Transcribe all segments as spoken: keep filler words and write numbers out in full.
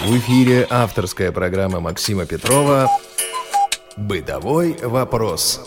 В эфире авторская программа Максима Петрова «Бытовой вопрос».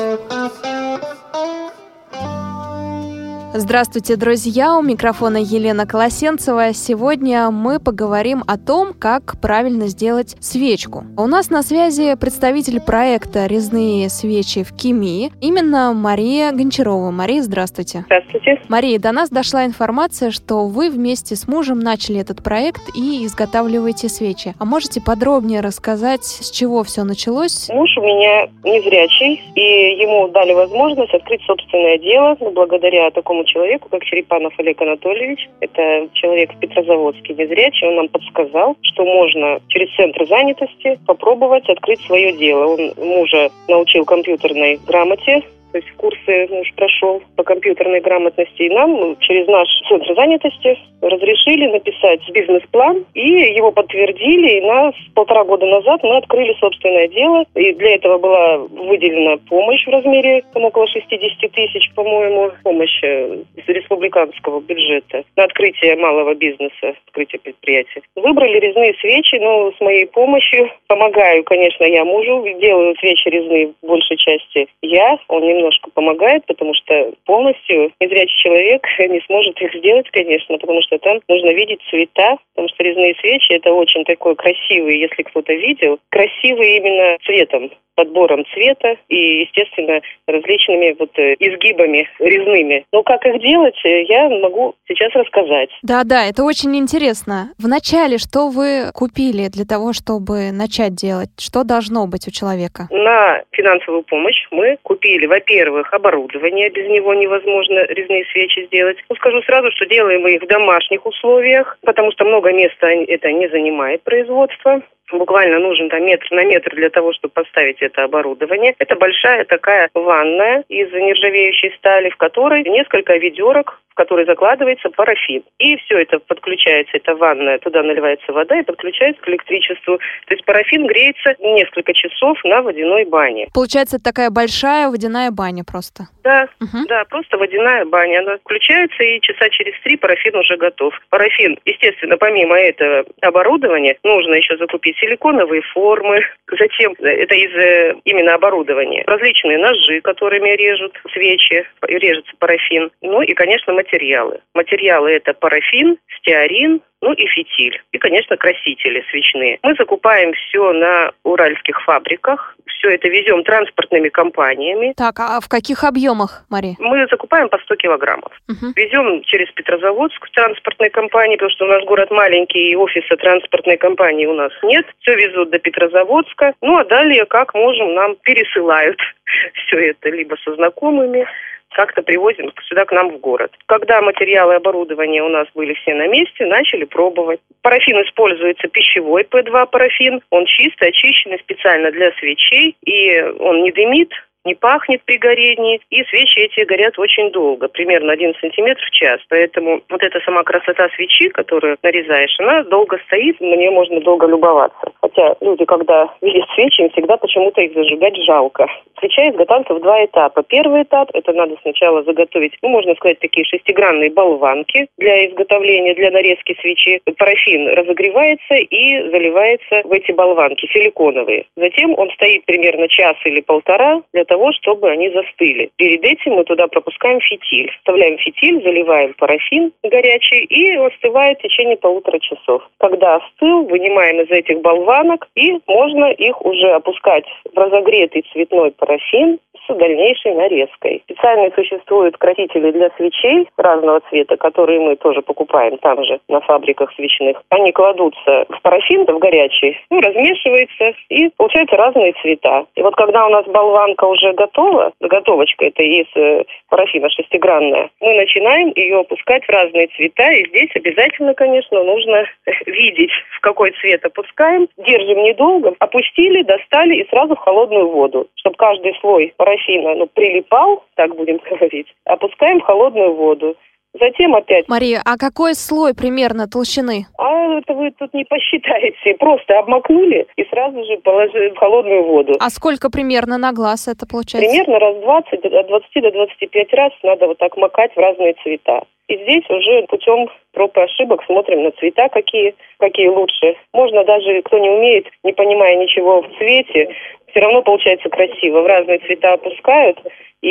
Здравствуйте, друзья! У микрофона Елена Колосенцева. Сегодня мы поговорим о том, как правильно сделать свечку. У нас на связи представитель проекта «Резные свечи в Кеми», именно Мария Гончарова. Мария, здравствуйте. Здравствуйте. Мария, до нас дошла информация, что вы вместе с мужем начали этот проект и изготавливаете свечи. А можете подробнее рассказать, с чего все началось? Муж у меня незрячий, и ему дали возможность открыть собственное дело, ну, благодаря такому человеку, как Черепанов Олег Анатольевич. Это человек в Петрозаводске незрячий. Он нам подсказал, что можно через центр занятости попробовать открыть свое дело. Он мужа научил компьютерной грамоте, то есть курсы муж прошел по компьютерной грамотности. И нам через наш центр занятости разрешили написать бизнес-план, и его подтвердили. И нас полтора года назад мы открыли собственное дело. И для этого была выделена помощь в размере там, около шестьдесят тысяч, по-моему, помощь из республиканского бюджета на открытие малого бизнеса, открытие предприятия. Выбрали резные свечи, но с моей помощью помогаю, конечно, я мужу. Делаю свечи резные в большей части я. Он не немножко помогает, потому что полностью незрячий человек не сможет их сделать, конечно, потому что там нужно видеть цвета, потому что резные свечи это очень такой красивый, если кто-то видел, красивый именно цветом, подбором цвета и, естественно, различными вот изгибами резными. Но как их делать, я могу сейчас рассказать. Да-да, это очень интересно. Вначале что вы купили для того, чтобы начать делать? Что должно быть у человека? На финансовую помощь мы купили, во-первых, оборудование. Без него невозможно резные свечи сделать. Ну, скажу сразу, что делаем мы их в домашних условиях, потому что много места это не занимает производство. Буквально нужен там метр на метр для того, чтобы поставить это оборудование. Это большая такая ванная из нержавеющей стали, в которой несколько ведерок, в которой закладывается парафин. И все это подключается, эта ванная, туда наливается вода и подключается к электричеству. То есть парафин греется несколько часов на водяной бане. Получается, это такая большая водяная баня просто? Да, угу. да, просто водяная баня. Она включается, и часа через три парафин уже готов. Парафин, естественно, помимо этого оборудования, нужно еще закупить силиконовые формы. Затем, это из именно оборудования, различные ножи, которыми режут свечи, режется парафин. Ну и, конечно, материалы. Материалы это парафин, стеарин, ну и фитиль. И, конечно, красители свечные. Мы закупаем все на уральских фабриках. Все это везем транспортными компаниями. Так, а в каких объемах, Мария? Мы закупаем по сто килограммов. Угу. Везем через Петрозаводск в транспортной компании, потому что у нас город маленький, и офиса транспортной компании у нас нет. Все везут до Петрозаводска. Ну, а далее, как можем, нам пересылают все это либо со знакомыми, как-то привозим сюда к нам в город. Когда материалы и оборудование у нас были все на месте, начали пробовать. Парафин используется пищевой пэ два парафин. Он чистый, очищенный специально для свечей, и он не дымит, не пахнет при горении, и свечи эти горят очень долго, примерно один сантиметр в час. Поэтому вот эта сама красота свечи, которую нарезаешь, она долго стоит, на нее можно долго любоваться. Хотя люди, когда видят свечи, им всегда почему-то их зажигать жалко. Свеча изготавливается в два этапа. Первый этап, это надо сначала заготовить, ну, можно сказать, такие шестигранные болванки для изготовления, для нарезки свечи. Парафин разогревается и заливается в эти болванки, силиконовые. Затем он стоит примерно час или полтора для того, чтобы они застыли. Перед этим мы туда пропускаем фитиль. Вставляем фитиль, заливаем парафин горячий и остывает в течение полутора часов. Когда остыл, вынимаем из этих болванок, и можно их уже опускать в разогретый цветной парафин с дальнейшей нарезкой. Специально существуют красители для свечей разного цвета, которые мы тоже покупаем там же, на фабриках свечных. Они кладутся в парафин, в горячий, ну, размешивается, и получаются разные цвета. И вот когда у нас болванка уже готова, заготовочка это из э, парафина шестигранная, мы начинаем ее опускать в разные цвета, и здесь обязательно, конечно, нужно видеть, в какой цвет опускаем. Держим недолго, опустили, достали и сразу в холодную воду, чтобы каждый слой парафина ну, прилипал, так будем говорить, опускаем в холодную воду. Затем опять... Мария, а какой слой примерно толщины? А это вы тут не посчитаете. Просто обмакнули и сразу же положили в холодную воду. А сколько примерно на глаз это получается? Примерно раз двадцать, от двадцати до двадцати пяти раз надо вот так макать в разные цвета. И здесь уже путем проб и ошибок, смотрим на цвета, какие, какие лучше. Можно даже, кто не умеет, не понимая ничего в цвете, все равно получается красиво. В разные цвета опускают.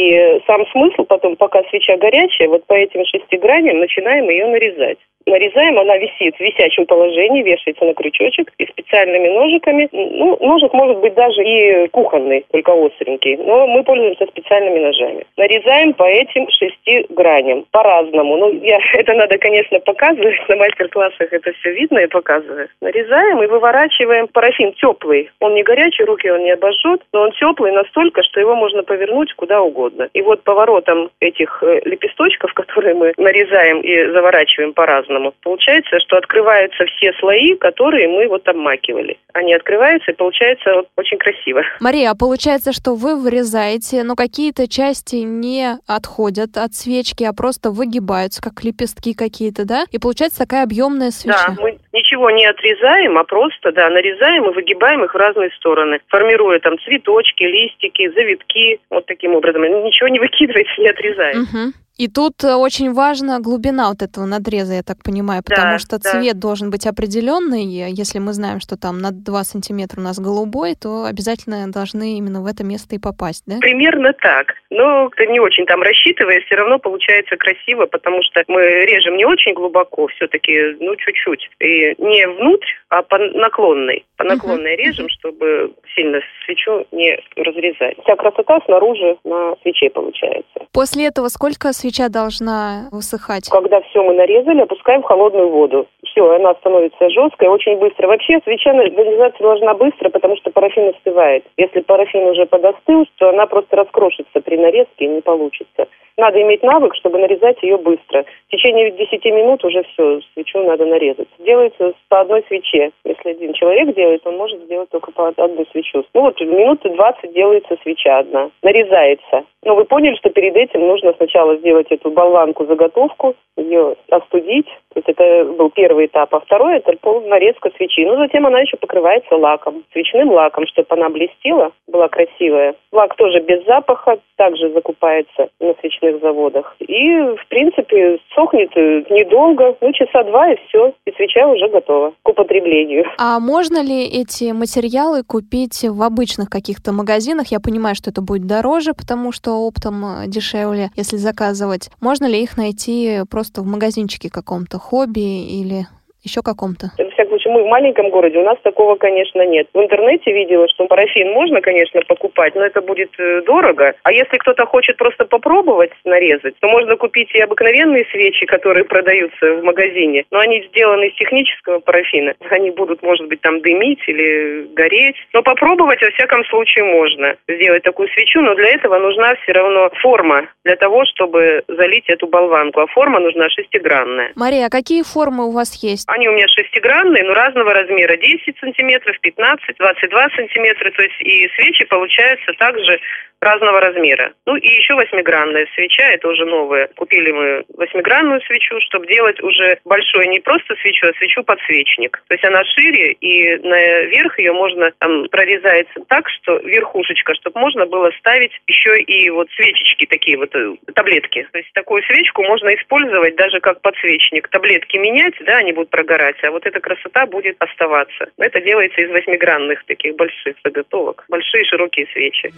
И сам смысл потом, пока свеча горячая, вот по этим шести граням начинаем ее нарезать. Нарезаем, она висит в висячем положении, вешается на крючочек и специальными ножиками. Ну, ножик может быть даже и кухонный, только остренький, но мы пользуемся специальными ножами. Нарезаем по этим шести граням, по-разному. Ну, я, это надо, конечно, показывать, на мастер-классах это все видно и показываю. Нарезаем и выворачиваем. Парафин теплый, он не горячий, руки он не обожжет, но он теплый настолько, что его можно повернуть куда угодно. И вот поворотом этих лепесточков, которые мы нарезаем и заворачиваем по-разному, получается, что открываются все слои, которые мы вот обмакивали. Они открываются, и получается вот очень красиво. Мария, а получается, что вы вырезаете, но какие-то части не отходят от свечки, а просто выгибаются, как лепестки какие-то, да? И получается такая объемная свеча. Да, мы ничего не отрезаем, а просто, да, нарезаем и выгибаем их в разные стороны, формируя там цветочки, листики, завитки, вот таким образом. Ничего не выкидывается, не отрезаем. Угу. И тут очень важна глубина вот этого надреза, я так понимаю, потому да, что да. цвет должен быть определенный. Если мы знаем, что там на два сантиметра у нас голубой, то обязательно должны именно в это место и попасть, да? Примерно так. Но ты не очень там рассчитывая, все равно получается красиво, потому что мы режем не очень глубоко, все-таки, ну, чуть-чуть. И не внутрь, а по наклонной. По наклонной uh-huh. режем, чтобы сильно свечу не разрезать. Вся красота снаружи на свече получается. После этого сколько свеча должна высыхать? Когда все мы нарезали, опускаем в холодную воду. Все, она становится жесткой очень быстро. Вообще свеча нарезаться должна быстро, потому что парафин остывает. Если парафин уже подостыл, то она просто раскрошится при нарезке и не получится. Надо иметь навык, чтобы нарезать ее быстро. В течение десяти минут уже все, свечу надо нарезать. Делается по одной свече. Если один человек делает, он может сделать только по одной свечу. Ну вот минуты двадцать делается свеча одна. Нарезается. Но вы поняли, что перед этим нужно сначала сделать эту болванку-заготовку, ее остудить. То есть это был первый этап. А второй это нарезка свечи. Ну затем она еще покрывается лаком, свечным лаком, чтобы она блестела, была красивая. Лак тоже без запаха, также закупается на свечных заводах. И, в принципе, сохнет недолго, ну, часа два, и все. И свеча уже готова к употреблению. А можно ли эти материалы купить в обычных каких-то магазинах? Я понимаю, что это будет дороже, потому что оптом дешевле, если заказывать. Можно ли их найти просто в магазинчике каком-то, хобби или еще каком-то? В всяком случае, мы в маленьком городе, у нас такого, конечно, нет. В интернете видела, что парафин можно, конечно, покупать, но это будет дорого. А если кто-то хочет просто попробовать нарезать, то можно купить и обыкновенные свечи, которые продаются в магазине, но они сделаны из технического парафина. Они будут, может быть, там дымить или гореть. Но попробовать, во всяком случае, можно сделать такую свечу, но для этого нужна все равно форма для того, чтобы залить эту болванку. А форма нужна шестигранная. Мария, а какие формы у вас есть? Они у меня шестигранные, но разного размера. десять сантиметров, пятнадцать, двадцать два сантиметра. То есть и свечи получаются также разного размера. Ну и еще восьмигранная свеча, это уже новая. Купили мы восьмигранную свечу, чтобы делать уже большой, не просто свечу, а свечу-подсвечник. То есть она шире, и наверх ее можно, там, прорезается так, что верхушечка, чтобы можно было ставить еще и вот свечечки такие вот, таблетки. То есть такую свечку можно использовать даже как подсвечник. Таблетки менять, да, они будут прогорать, а вот эта красота будет оставаться. Это делается из восьмигранных таких больших заготовок. Большие широкие свечи.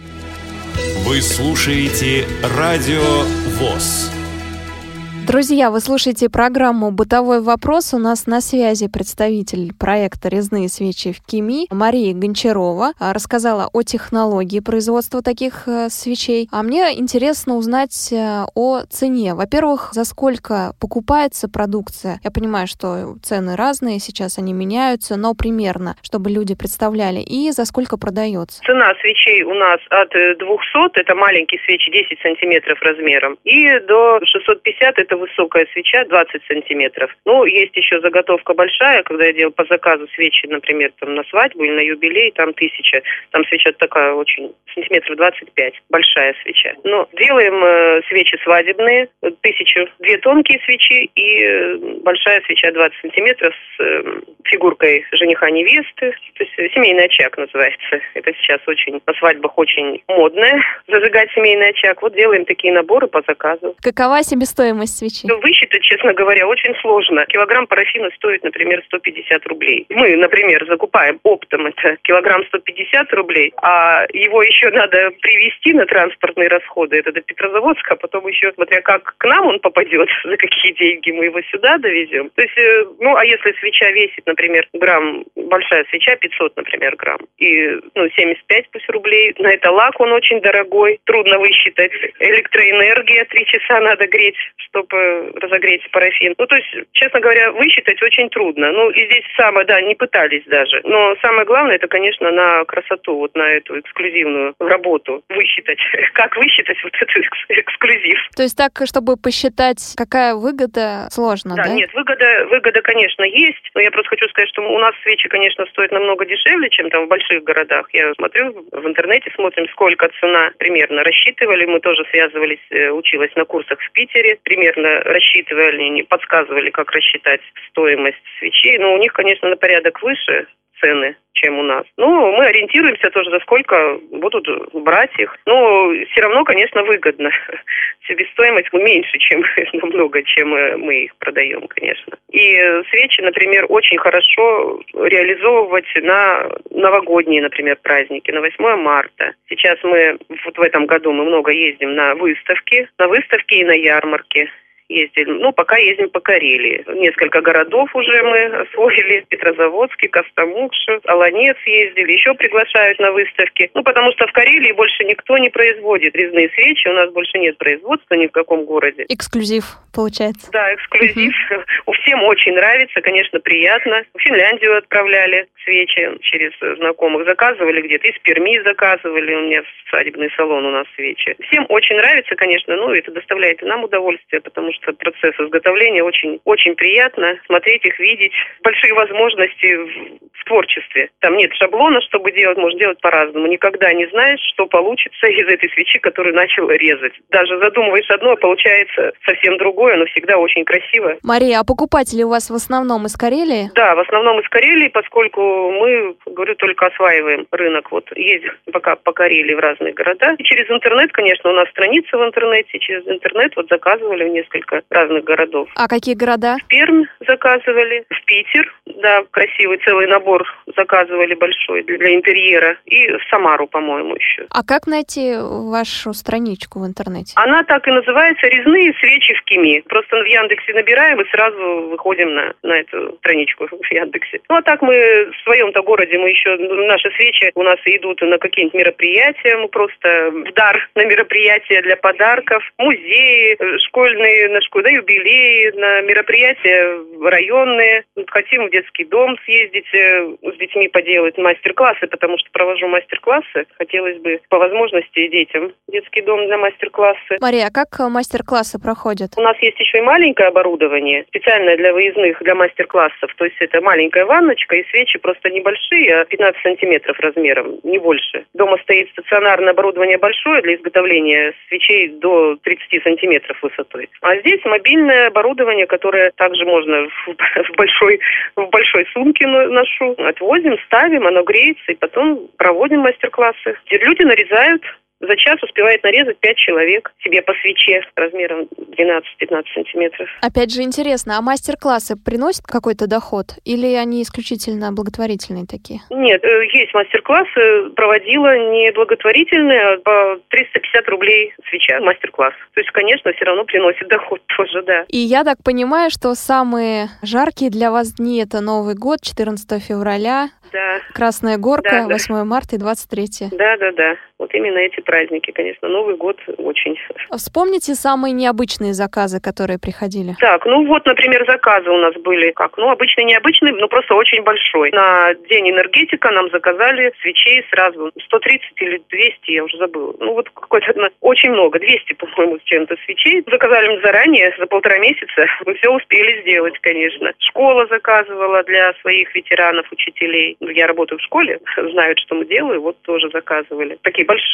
Вы слушаете Радио ВОС. Друзья, вы слушаете программу «Бытовой вопрос». У нас на связи представитель проекта «Резные свечи в КИМИ» Мария Гончарова. Рассказала о технологии производства таких свечей. А мне интересно узнать о цене. Во-первых, за сколько покупается продукция? Я понимаю, что цены разные, сейчас они меняются, но примерно, чтобы люди представляли. И за сколько продается? Цена свечей у нас от двухсот, это маленькие свечи десять сантиметров размером, и до шестьсот пятьдесят, это высокая свеча, двадцать сантиметров. Ну, есть еще заготовка большая, когда я делаю по заказу свечи, например, там на свадьбу или на юбилей, там тысяча, там свеча такая очень, сантиметров двадцать пять, большая свеча. Но делаем э, свечи свадебные, тысячу, две тонкие свечи и э, большая свеча двадцать сантиметров с э, фигуркой жениха-невесты, то есть семейный очаг называется. Это сейчас очень, на свадьбах очень модное, зажигать семейный очаг. Вот делаем такие наборы по заказу. Какова себестоимость свечи? Высчитать, честно говоря, очень сложно. Килограмм парафина стоит, например, сто пятьдесят рублей. Мы, например, закупаем оптом это килограмм сто пятьдесят рублей, а его еще надо привезти на транспортные расходы, это до Петрозаводска, а потом еще, смотря как к нам он попадет, за какие деньги мы его сюда довезем. То есть, ну, а если свеча весит, например, грамм, большая свеча, пятьсот, например, грамм, и, ну, семьдесят пять пусть рублей, на это лак он очень дорогой, трудно высчитать. Электроэнергия, три часа надо греть, чтобы разогреть парафин. Ну, то есть, честно говоря, высчитать очень трудно. Ну, и здесь самое, да, не пытались даже. Но самое главное, это, конечно, на красоту, вот на эту эксклюзивную работу высчитать. Как высчитать вот этот эксклюзив? То есть так, чтобы посчитать, какая выгода, сложно, да? Да, нет, выгода, выгода, конечно, есть. Но я просто хочу сказать, что у нас свечи, конечно, стоят намного дешевле, чем там в больших городах. Я смотрю в интернете, смотрим, сколько цена примерно рассчитывали. Мы тоже связывались, училась на курсах в Питере. Примерно рассчитывали, подсказывали, как рассчитать стоимость свечей. Но у них, конечно, на порядок выше цены, чем у нас. Ну, мы ориентируемся тоже, за сколько будут брать их. Но все равно, конечно, выгодно. Себестоимость меньше, чем намного, чем мы их продаем, конечно. И свечи, например, очень хорошо реализовывать на новогодние, например, праздники, на восьмое марта. Сейчас мы, вот в этом году мы много ездим на выставки, на выставки и на ярмарки. Ездили. Ну, пока ездим по Карелии. Несколько городов уже мы освоили. Петрозаводский, Костомукша, Олонец ездили. Еще приглашают на выставки. Ну, потому что в Карелии больше никто не производит резные свечи. У нас больше нет производства ни в каком городе. Эксклюзив, получается. Да, эксклюзив. У всем очень нравится, конечно, приятно. В Финляндию отправляли свечи через знакомых. Заказывали где-то. Из Перми заказывали. У меня в свадебный салон у нас свечи. Всем очень нравится, конечно. Ну, это доставляет и нам удовольствие, потому что процесс изготовления очень, очень приятно смотреть их, видеть. Большие возможности в, в творчестве. Там нет шаблона, чтобы делать, можно делать по-разному. Никогда не знаешь, что получится из этой свечи, которую начал резать. Даже задумываешь одно, а получается совсем другое, но всегда очень красиво. Мария, а покупатели у вас в основном из Карелии? Да, в основном из Карелии, поскольку мы, говорю, только осваиваем рынок. Вот ездим пока по Карелии в разные города. И через интернет, конечно, у нас страница в интернете, через интернет вот заказывали в несколько разных городов. А какие города? В Пермь заказывали, в Питер, да, красивый целый набор заказывали большой для интерьера, и в Самару, по-моему, еще. А как найти вашу страничку в интернете? Она так и называется «Резные свечи в Кеми». Просто в Яндексе набираем и сразу выходим на, на эту страничку в Яндексе. Ну, а так мы в своем-то городе, мы еще, наши свечи у нас идут на какие-нибудь мероприятия, мы просто в дар на мероприятия для подарков, музеи, школьные, на школу, на юбилеи, на мероприятия районные. Хотим в детский дом съездить, с детьми поделать мастер-классы, потому что провожу мастер-классы. Хотелось бы по возможности детям детский дом для мастер-классы. Мария, а как мастер-классы проходят? У нас есть еще и маленькое оборудование, специальное для выездных, для мастер-классов. То есть это маленькая ванночка и свечи просто небольшие, пятнадцать сантиметров размером, не больше. Дома стоит стационарное оборудование большое для изготовления свечей до тридцать сантиметров высотой. А здесь мобильное оборудование, которое также можно в, в, большой, в большой сумке ношу. Отвозим, ставим, оно греется, и потом проводим мастер-классы. Люди нарезают. За час успевает нарезать пять человек себе по свече размером двенадцать-пятнадцать сантиметров. Опять же интересно, а мастер-классы приносят какой-то доход? Или они исключительно благотворительные такие? Нет, есть мастер-классы, проводила не благотворительные, а по триста пятьдесят рублей свеча, мастер-класс. То есть, конечно, все равно приносит доход тоже, да. И я так понимаю, что самые жаркие для вас дни — это Новый год, четырнадцатого февраля, да. Красная Горка, да, да. восьмое марта и двадцать третье. Да, да, да. Вот именно эти праздники, конечно, Новый год очень. Вспомните самые необычные заказы, которые приходили. Так, ну вот, например, заказы у нас были как, ну, обычный, необычный, но просто очень большой. На День энергетика нам заказали свечей сразу сто тридцать или двести, я уже забыла. Ну вот какой-то, очень много, двести, по-моему, с чем-то свечей. Заказали заранее, за полтора месяца. Мы все успели сделать, конечно. Школа заказывала для своих ветеранов, учителей. Я работаю в школе, знают, что мы делаем, вот тоже заказывали. Такие большие были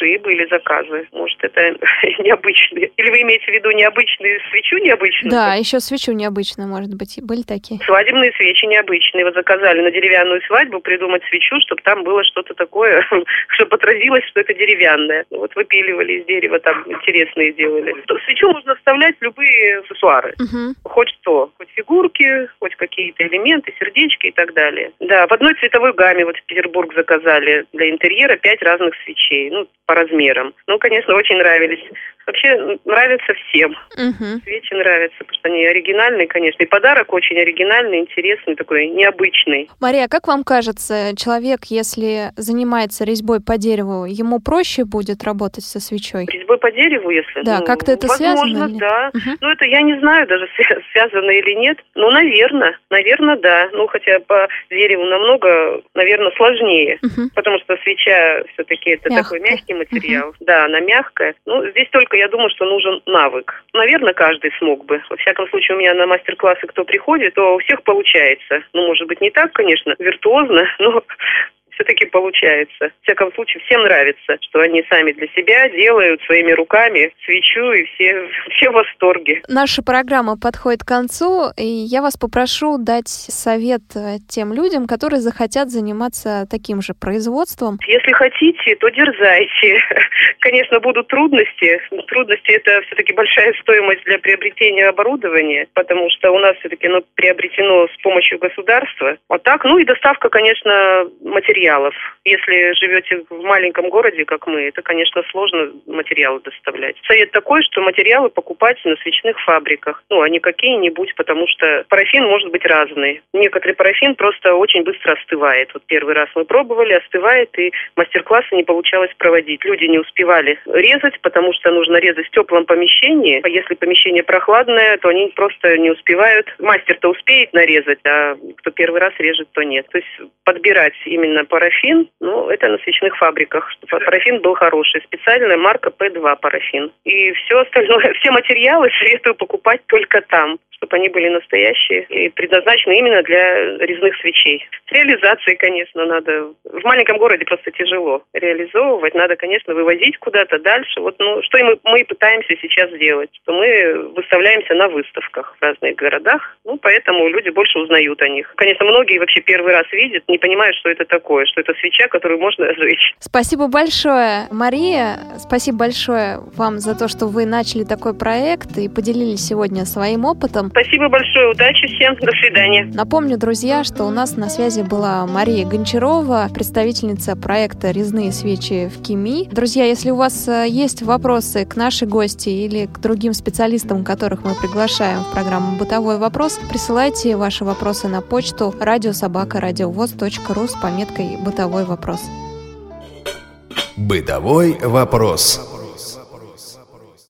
приходили заказы. Может, это необычные. Или вы имеете в виду необычную свечу необычную? Да, еще свечу необычную, может быть. Были такие? Свадебные свечи необычные. Вот заказали на деревянную свадьбу придумать свечу, чтобы там было что-то такое, чтобы отразилось, что это деревянное. Вот выпиливали из дерева, там интересные делали. В свечу можно вставлять любые аксессуары. Угу. Хоть что. Хоть фигурки, хоть какие-то элементы, сердечки и так далее. Да, в одной цветовой гамме вот в Петербург заказали для интерьера пять разных свечей. Ну, по размерам. Ну, конечно, очень нравились. Вообще нравится всем. Угу. Свечи нравятся, потому что они оригинальные, конечно. И подарок очень оригинальный, интересный, такой необычный. Мария, как вам кажется, человек, если занимается резьбой по дереву, ему проще будет работать со свечой? Резьбой по дереву, если? Да, ну, как-то это возможно, связано? Возможно, да. Угу. Ну, это я не знаю даже, связано или нет. Ну, наверное. Наверное, да. Ну, хотя по дереву намного, наверное, сложнее. Угу. Потому что свеча все-таки это мягкая. Такой мягкий материал. Угу. Да, она мягкая. Ну, здесь только я думаю, что нужен навык. Наверное, каждый смог бы. Во всяком случае, у меня на мастер-классы, кто приходит, то у всех получается. Ну, может быть, не так, конечно, виртуозно, но все-таки получается. В всяком случае, всем нравится, что они сами для себя делают своими руками свечу, и все, все в восторге. Наша программа подходит к концу, и я вас попрошу дать совет тем людям, которые захотят заниматься таким же производством. Если хотите, то дерзайте. Конечно, будут трудности. Трудности – это все-таки большая стоимость для приобретения оборудования, потому что у нас все-таки оно приобретено с помощью государства. Вот так. Ну и доставка, конечно, материалов. Если живете в маленьком городе, как мы, это, конечно, сложно материалы доставлять. Совет такой, что материалы покупать на свечных фабриках. Ну, а не какие-нибудь, потому что парафин может быть разный. Некоторый парафин просто очень быстро остывает. Вот первый раз мы пробовали, остывает, и мастер-классы не получалось проводить. Люди не успевали резать, потому что нужно резать в теплом помещении. А если помещение прохладное, то они просто не успевают. Мастер-то успеет нарезать, а кто первый раз режет, то нет. То есть подбирать именно парафин, ну, это на свечных фабриках, чтобы парафин был хороший. Специальная марка пэ два парафин. И все остальное, все материалы советую покупать только там, чтобы они были настоящие и предназначены именно для резных свечей. С реализацией, конечно, надо. В маленьком городе просто тяжело реализовывать. Надо, конечно, вывозить куда-то дальше. Вот, ну, что и мы, мы пытаемся сейчас делать, что мы выставляемся на выставках в разных городах, ну, поэтому люди больше узнают о них. Конечно, многие вообще первый раз видят, не понимают, что это такое, что это свеча, которую можно зажечь. Спасибо большое, Мария. Спасибо большое вам за то, что вы начали такой проект и поделились сегодня своим опытом. Спасибо большое, удачи всем, до свидания. Напомню, друзья, что у нас на связи была Мария Гончарова, представительница проекта «Резные свечи в КИМИ». Друзья, если у вас есть вопросы к нашей гости или к другим специалистам, которых мы приглашаем в программу «Бытовой вопрос», присылайте ваши вопросы на почту радиособака радиовоз точка ру с пометкой «Бытовой вопрос». Бытовой вопрос.